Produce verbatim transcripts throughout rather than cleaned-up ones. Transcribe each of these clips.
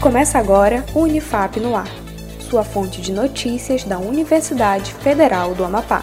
Começa agora o Unifap no Ar, sua fonte de notícias da Universidade Federal do Amapá.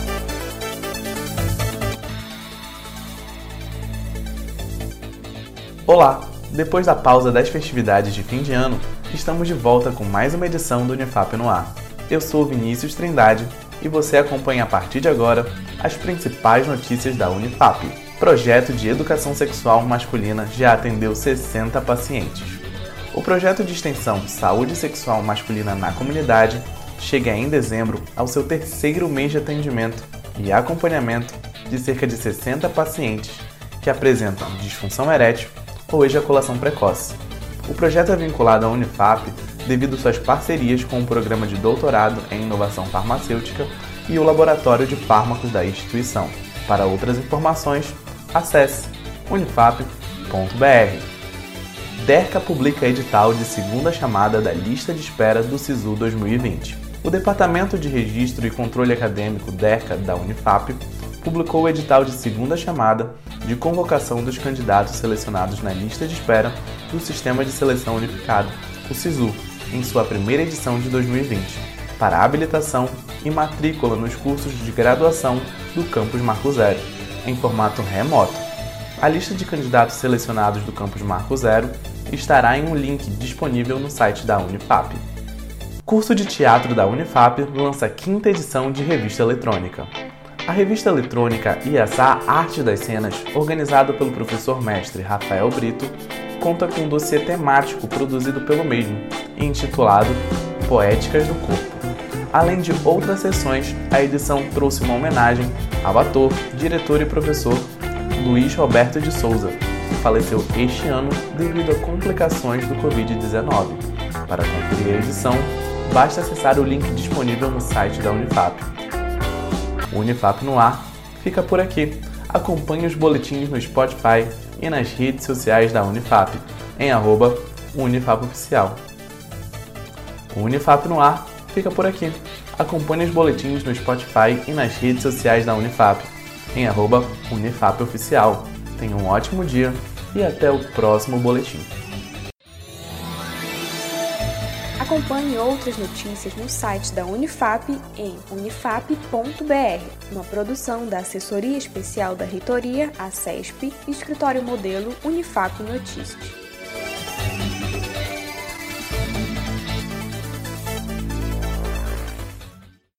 Olá! Depois da pausa das festividades de fim de ano, estamos de volta com mais uma edição do Unifap no Ar. Eu sou Vinícius Trindade e você acompanha a partir de agora as principais notícias da Unifap. Projeto de Educação Sexual Masculina já atendeu sessenta pacientes. O projeto de extensão Saúde Sexual Masculina na Comunidade chega em dezembro ao seu terceiro mês de atendimento e acompanhamento de cerca de sessenta pacientes que apresentam disfunção erétil ou ejaculação precoce. O projeto é vinculado à Unifap devido às suas parcerias com o Programa de Doutorado em Inovação Farmacêutica e o Laboratório de Fármacos da instituição. Para outras informações, acesse unifap ponto b r. DERCA publica edital de segunda chamada da lista de espera do SISU dois mil e vinte. O Departamento de Registro e Controle Acadêmico DERCA da Unifap publicou o edital de segunda chamada de convocação dos candidatos selecionados na lista de espera do Sistema de Seleção Unificado, o SISU, em sua primeira edição de dois mil e vinte, para habilitação e matrícula nos cursos de graduação do Campus Marco Zero, em formato remoto. A lista de candidatos selecionados do Campus Marco Zero estará em um link disponível no site da Unifap. Curso de Teatro da Unifap lança a quinta edição de revista eletrônica. A revista eletrônica I A S A Arte das Cenas, organizada pelo professor mestre Rafael Brito, conta com um dossiê temático produzido pelo mesmo, intitulado Poéticas do Corpo. Além de outras sessões, a edição trouxe uma homenagem ao ator, diretor e professor Luiz Roberto de Souza, que faleceu este ano devido a complicações do covid dezenove. Para conferir a edição, basta acessar o link disponível no site da Unifap. O Unifap no Ar fica por aqui. Acompanhe os boletins no Spotify e nas redes sociais da Unifap, em arroba unifapoficial. O Unifap no Ar fica por aqui. Acompanhe os boletins no Spotify e nas redes sociais da Unifap, em arroba unifapoficial. Tenha um ótimo dia e até o próximo boletim. Acompanhe outras notícias no site da Unifap em unifap ponto b r, uma produção da Assessoria Especial da Reitoria, a CESP, e Escritório Modelo Unifap Notícias.